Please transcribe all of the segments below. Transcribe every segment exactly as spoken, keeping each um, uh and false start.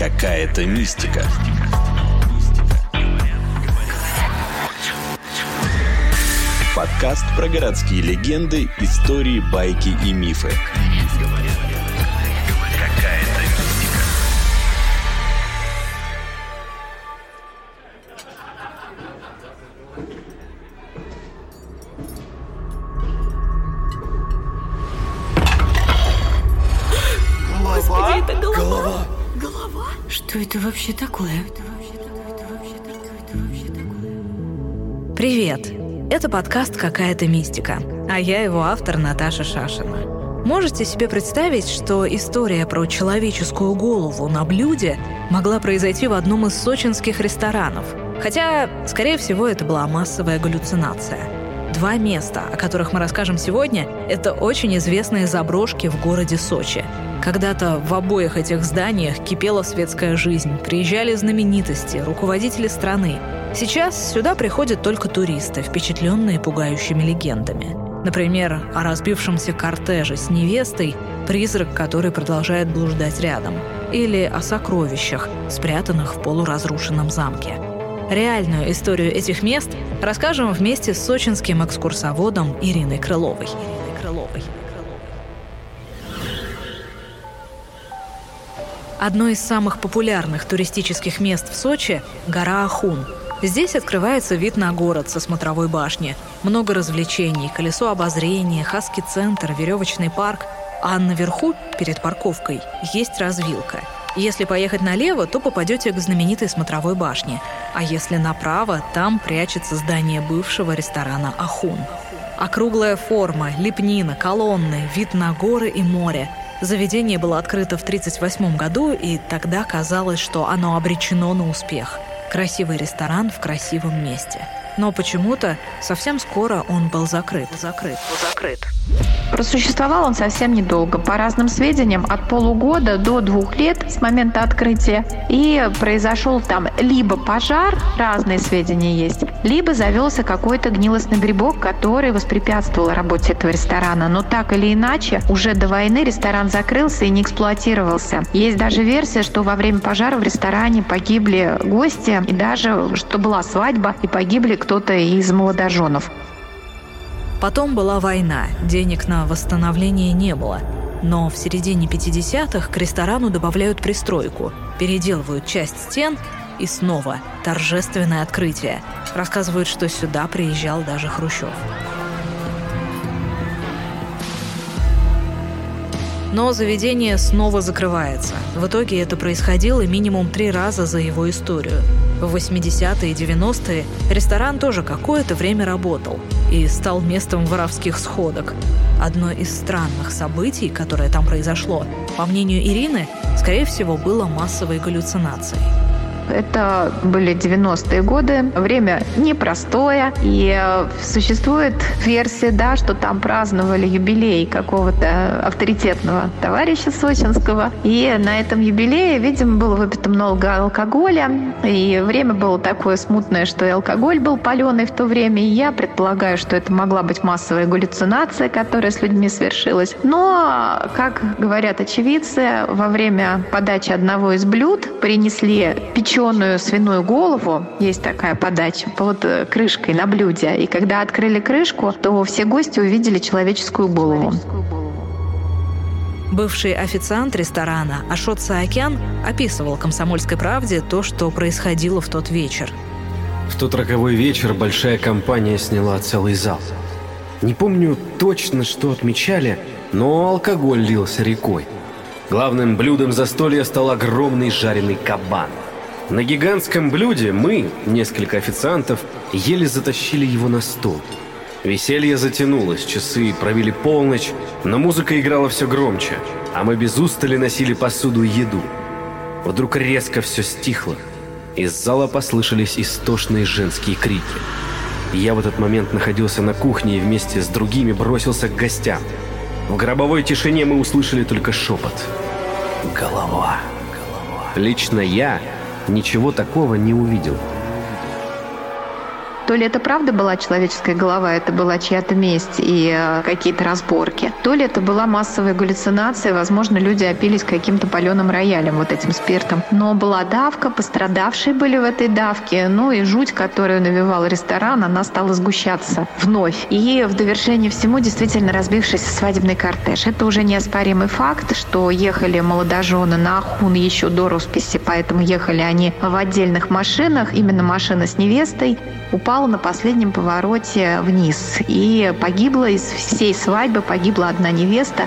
Какая-то мистика. Подкаст про городские легенды, истории, байки и мифы. Какая-то мистика. Господи, это голова. Голова. Голова? Что это вообще такое? Привет! Это подкаст «Какая-то мистика», а я его автор Наташа Шашина. Можете себе представить, что история про человеческую голову на блюде могла произойти в одном из сочинских ресторанов? Хотя, скорее всего, это была массовая галлюцинация. Два места, о которых мы расскажем сегодня, это очень известные заброшки в городе Сочи. Когда-то в обоих этих зданиях кипела светская жизнь, приезжали знаменитости, руководители страны. Сейчас сюда приходят только туристы, впечатленные пугающими легендами. Например, о разбившемся кортеже с невестой, призрак которой продолжает блуждать рядом. Или о сокровищах, спрятанных в полуразрушенном замке. Реальную историю этих мест расскажем вместе с сочинским экскурсоводом Ириной Крыловой. Ириной Крыловой. Одно из самых популярных туристических мест в Сочи – гора Ахун. Здесь открывается вид на город со смотровой башни. Много развлечений, колесо обозрения, хаски-центр, веревочный парк. А наверху, перед парковкой, есть развилка. Если поехать налево, то попадете к знаменитой смотровой башне. А если направо, там прячется здание бывшего ресторана «Ахун». Округлая форма, лепнина, колонны, вид на горы и море. Заведение было открыто в тридцать восьмом году, и тогда казалось, что оно обречено на успех. Красивый ресторан в красивом месте. Но почему-то совсем скоро он был закрыт. Закрыт. Закрыт. Просуществовал он совсем недолго. По разным сведениям, от полугода до двух лет с момента открытия. И произошел там либо пожар, разные сведения есть, либо завелся какой-то гнилостный грибок, который воспрепятствовал работе этого ресторана. Но так или иначе, уже до войны ресторан закрылся и не эксплуатировался. Есть даже версия, что во время пожара в ресторане погибли гости, и даже что была свадьба, и погибли кто-то из молодоженов. Потом была война, денег на восстановление не было. Но в середине пятидесятых к ресторану добавляют пристройку, переделывают часть стен и снова торжественное открытие. Рассказывают, что сюда приезжал даже Хрущев. Но заведение снова закрывается. В итоге это происходило минимум три раза за его историю. В восьмидесятые и девяностые ресторан тоже какое-то время работал и стал местом воровских сходок. Одно из странных событий, которое там произошло, по мнению Ирины, скорее всего, было массовой галлюцинацией. Это были девяностые годы, время непростое, и существует версия, да, что там праздновали юбилей какого-то авторитетного товарища сочинского, и на этом юбилее, видимо, было выпито много алкоголя, и время было такое смутное, что и алкоголь был паленый в то время, и я предполагаю, что это могла быть массовая галлюцинация, которая с людьми свершилась. Но, как говорят очевидцы, во время подачи одного из блюд принесли печенье, печеную свиную голову, есть такая подача, под крышкой на блюде. И когда открыли крышку, то все гости увидели человеческую голову. Бывший официант ресторана Ашот Саакян описывал «Комсомольской правде» то, что происходило в тот вечер. В тот роковой вечер большая компания сняла целый зал. Не помню точно, что отмечали, но алкоголь лился рекой. Главным блюдом застолья стал огромный жареный кабан. На гигантском блюде мы, несколько официантов, еле затащили его на стол. Веселье затянулось, часы провели полночь, но музыка играла все громче, а мы без устали носили посуду и еду. Вдруг резко все стихло. Из зала послышались истошные женские крики. Я в этот момент находился на кухне и вместе с другими бросился к гостям. В гробовой тишине мы услышали только шепот. Голова. Лично я ничего такого не увидел. то ли это правда была человеческая голова, это была чья-то месть и э, какие-то разборки, то ли это была массовая галлюцинация, возможно, люди опились каким-то паленым роялем, вот этим спиртом. Но была давка, пострадавшие были в этой давке, ну и жуть, которую навевал ресторан, она стала сгущаться вновь. И в довершение всему действительно разбившийся свадебный кортеж. Это уже неоспоримый факт, что ехали молодожены на Ахун еще до росписи, поэтому ехали они в отдельных машинах. Именно машина с невестой упала на последнем повороте вниз. И погибла из всей свадьбы, погибла одна невеста.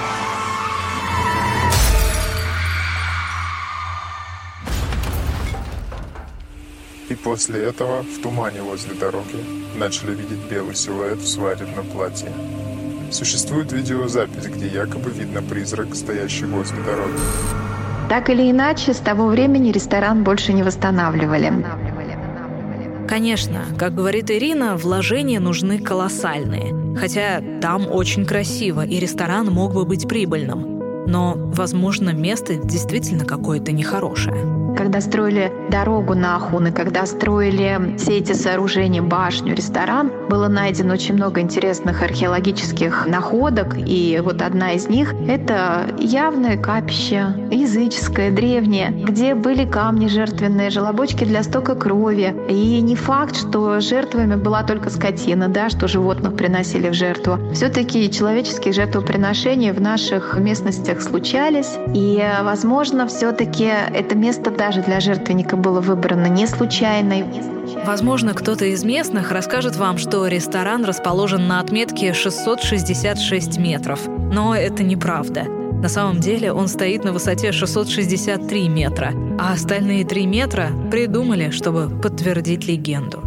И после этого в тумане возле дороги начали видеть белый силуэт в свадебном платье. Существует видеозапись, где якобы видно призрак, стоящий возле дороги. Так или иначе, с того времени ресторан больше не восстанавливали. Конечно, как говорит Ирина, вложения нужны колоссальные. Хотя там очень красиво, и ресторан мог бы быть прибыльным. Но, возможно, место действительно какое-то нехорошее. Когда строили дорогу на Ахун, и когда строили все эти сооружения, башню, ресторан, было найдено очень много интересных археологических находок. И вот одна из них — это явное капище, языческое, древнее, где были камни жертвенные, желобочки для стока крови. И не факт, что жертвами была только скотина, да, что животных приносили в жертву. Все-таки человеческие жертвоприношения в наших местностях случались. И, возможно, все-таки это место даже для жертвенника было выбрано не случайно. Возможно, кто-то из местных расскажет вам, что ресторан расположен на отметке шестьсот шестьдесят шесть метров. Но это неправда. На самом деле он стоит на высоте шестьсот шестьдесят три метра, а остальные три метра придумали, чтобы подтвердить легенду.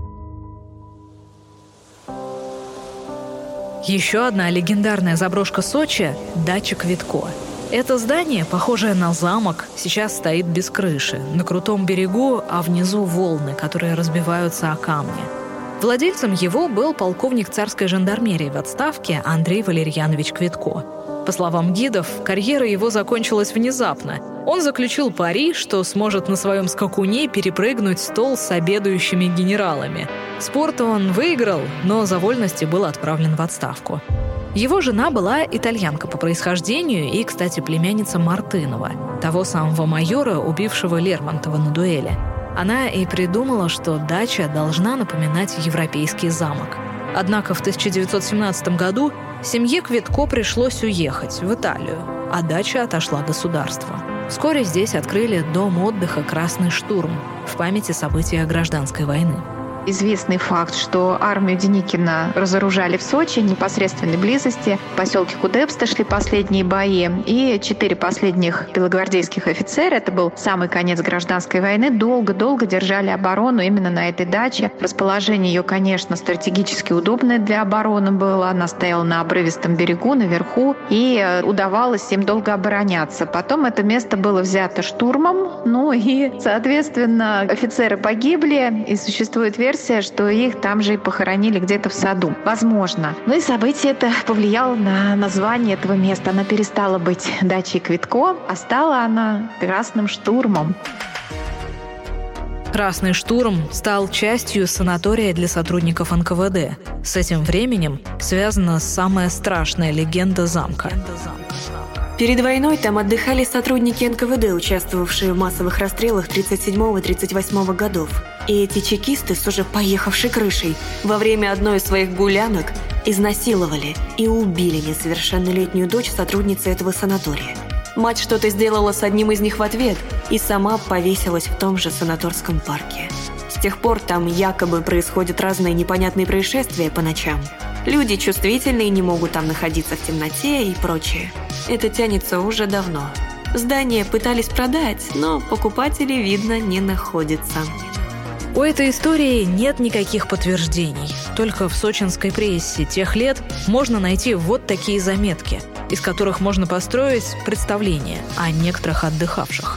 Еще одна легендарная заброшка Сочи – дача Квитко. Это здание, похожее на замок, сейчас стоит без крыши, на крутом берегу, а внизу волны, которые разбиваются о камни. Владельцем его был полковник царской жандармерии в отставке Андрей Валерьянович Квитко. По словам гидов, карьера его закончилась внезапно. Он заключил пари, что сможет на своем скакуне перепрыгнуть стол с обедающими генералами. Спор он выиграл, но за вольности был отправлен в отставку. Его жена была итальянка по происхождению и, кстати, племянница Мартынова, того самого майора, убившего Лермонтова на дуэли. Она и придумала, что дача должна напоминать европейский замок. Однако в тысяча девятьсот семнадцатом году семье Квитко пришлось уехать в Италию, а дача отошла государству. Вскоре здесь открыли дом отдыха «Красный штурм» в памяти событий гражданской войны. Известный факт, что армию Деникина разоружали в Сочи, в непосредственной близости. В поселке Кудепста шли последние бои. И четыре последних белогвардейских офицера, это был самый конец гражданской войны, долго-долго держали оборону именно на этой даче. Расположение ее, конечно, стратегически удобное для обороны было. Она стояла на обрывистом берегу, наверху, и удавалось им долго обороняться. Потом это место было взято штурмом, ну и, соответственно, офицеры погибли, и существует версия, что их там же и похоронили где-то в саду. Возможно. Ну и событие это повлияло на название этого места. Она перестала быть дачей Квитко, а стала она «Красным штурмом». «Красный штурм» стал частью санатория для сотрудников эн ка вэ дэ. С этим временем связана самая страшная легенда замка. Перед войной там отдыхали сотрудники эн ка вэ дэ, участвовавшие в массовых расстрелах тридцать седьмого и тридцать восьмого годов. И эти чекисты с уже поехавшей крышей во время одной из своих гулянок изнасиловали и убили несовершеннолетнюю дочь сотрудницы этого санатория. Мать что-то сделала с одним из них в ответ и сама повесилась в том же санаторском парке. С тех пор там якобы происходят разные непонятные происшествия по ночам. Люди чувствительные не могут там находиться в темноте и прочее. Это тянется уже давно. Здание пытались продать, но покупателей, видно, не находится. У этой истории нет никаких подтверждений. Только в сочинской прессе тех лет можно найти вот такие заметки, из которых можно построить представление о некоторых отдыхавших.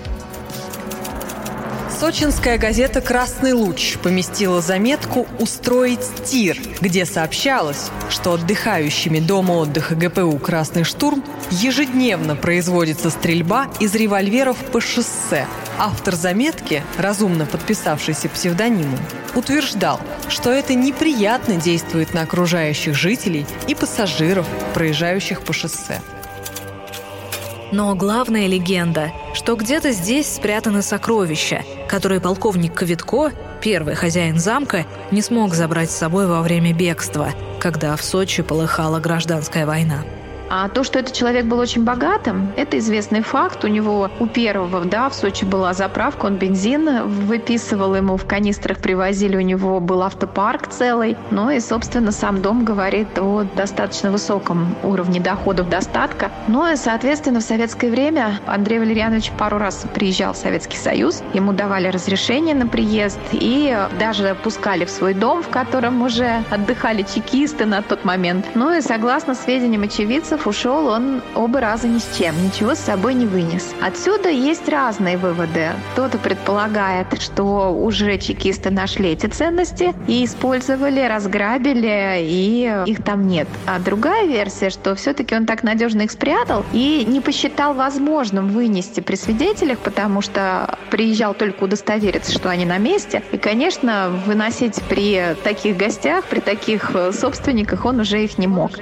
Сочинская газета «Красный луч» поместила заметку «Устроить тир», где сообщалось, что отдыхающими дома отдыха гэ пэ у «Красный штурм» ежедневно производится стрельба из револьверов по шоссе. Автор заметки, разумно подписавшийся псевдонимом, утверждал, что это неприятно действует на окружающих жителей и пассажиров, проезжающих по шоссе. Но главная легенда, что где-то здесь спрятаны сокровища, которые полковник Ковитко, первый хозяин замка, не смог забрать с собой во время бегства, когда в Сочи полыхала гражданская война. А то, что этот человек был очень богатым, это известный факт. У него, у первого, да, в Сочи была заправка, он бензин выписывал ему, в канистрах привозили, у него был автопарк целый. Ну и, собственно, сам дом говорит о достаточно высоком уровне доходов, достатка. Ну и, соответственно, в советское время Андрей Валерьянович пару раз приезжал в Советский Союз, ему давали разрешение на приезд и даже пускали в свой дом, в котором уже отдыхали чекисты на тот момент. Ну и, согласно сведениям очевидцев, ушел он оба раза ни с чем, ничего с собой не вынес. Отсюда есть разные выводы. Кто-то предполагает, что уже чекисты нашли эти ценности и использовали, разграбили, и их там нет. А другая версия, что все-таки он так надежно их спрятал и не посчитал возможным вынести при свидетелях, потому что приезжал только удостовериться, что они на месте. И, конечно, выносить при таких гостях, при таких собственниках он уже их не мог.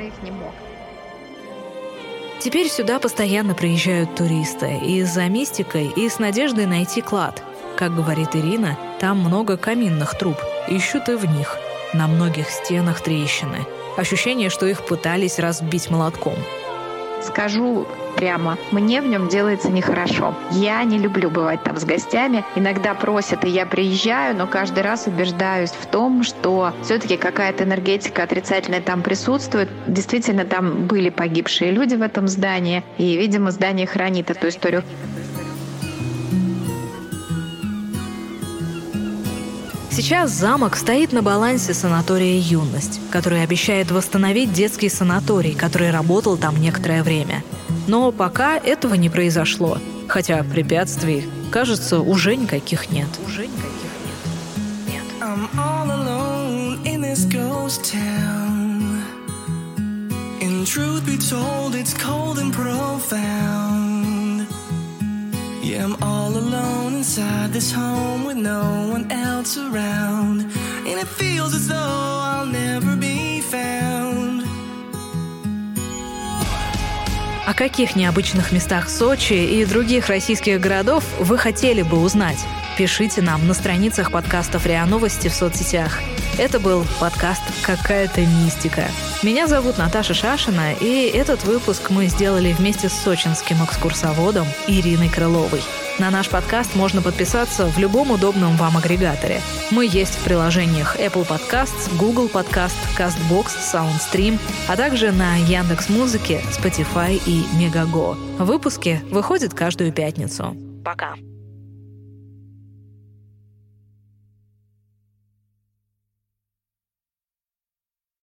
Теперь сюда постоянно приезжают туристы и за мистикой, и с надеждой найти клад. Как говорит Ирина, там много каминных труб, ищут и в них. На многих стенах трещины. Ощущение, что их пытались разбить молотком. Скажу прямо, мне в нем делается нехорошо. Я не люблю бывать там с гостями. Иногда просят, и я приезжаю, но каждый раз убеждаюсь в том, что все-таки какая-то энергетика отрицательная там присутствует. Действительно, там были погибшие люди в этом здании, и, видимо, здание хранит эту историю. Сейчас замок стоит на балансе санатория «Юность», который обещает восстановить детский санаторий, который работал там некоторое время. Но пока этого не произошло, хотя препятствий, кажется, уже никаких нет. Уже никаких нет. Yeah, I'm all alone inside this home with no one else around. And it feels as though I'll never be found. О каких необычных местах Сочи и других российских городов вы хотели бы узнать? Пишите нам на страницах подкастов РИА Новости в соцсетях. Это был подкаст «Какая-то мистика». Меня зовут Наташа Шашина, и этот выпуск мы сделали вместе с сочинским экскурсоводом Ириной Крыловой. На наш подкаст можно подписаться в любом удобном вам агрегаторе. Мы есть в приложениях Apple Podcasts, Google Podcast, CastBox, SoundStream, а также на Яндекс.Музыке, Spotify и Мегаго. Выпуски выходят каждую пятницу. Пока.